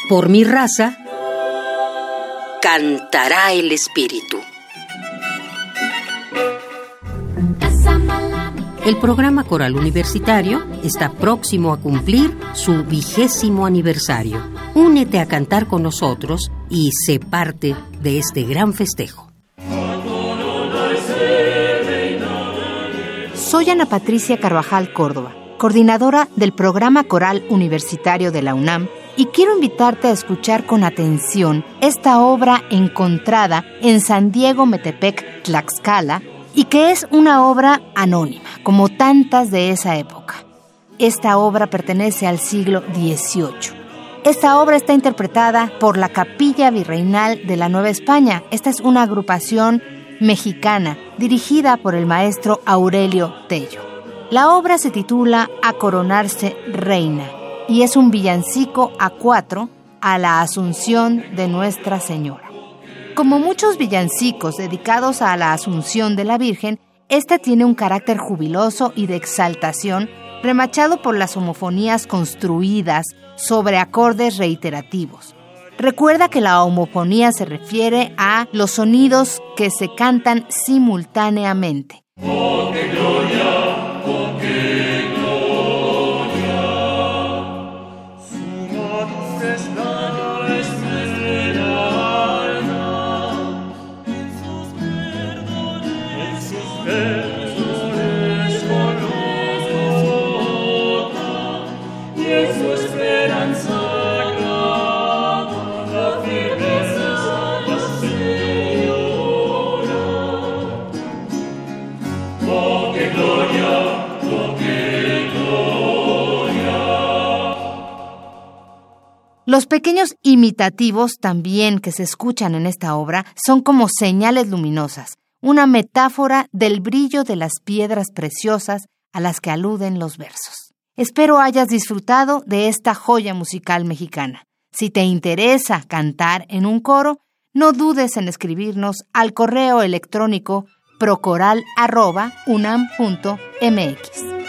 Por mi raza, cantará el espíritu. El programa coral universitario está próximo a cumplir su 20º aniversario. Únete a cantar con nosotros y sé parte de este gran festejo. Soy Ana Patricia Carvajal Córdoba, coordinadora del programa coral universitario de la UNAM, y quiero invitarte a escuchar con atención esta obra encontrada en San Diego, Metepec, Tlaxcala, y que es una obra anónima, como tantas de esa época. Esta obra pertenece al siglo XVIII. Esta obra está interpretada por la Capilla Virreinal de la Nueva España. Esta es una agrupación mexicana dirigida por el maestro Aurelio Tello. La obra se titula A coronarse reina y es un villancico a 4 a la Asunción de Nuestra Señora. Como muchos villancicos dedicados a la Asunción de la Virgen, esta tiene un carácter jubiloso y de exaltación, remachado por las homofonías construidas sobre acordes reiterativos. Recuerda que la homofonía se refiere a los sonidos que se cantan simultáneamente. ¡Oh, qué gloria! ¡Oh, qué gloria! Suma dulces la esmeralda en sus verdores colota y en su esperanza. Los pequeños imitativos también que se escuchan en esta obra son como señales luminosas, una metáfora del brillo de las piedras preciosas a las que aluden los versos. Espero hayas disfrutado de esta joya musical mexicana. Si te interesa cantar en un coro, no dudes en escribirnos al correo electrónico procoral@unam.mx.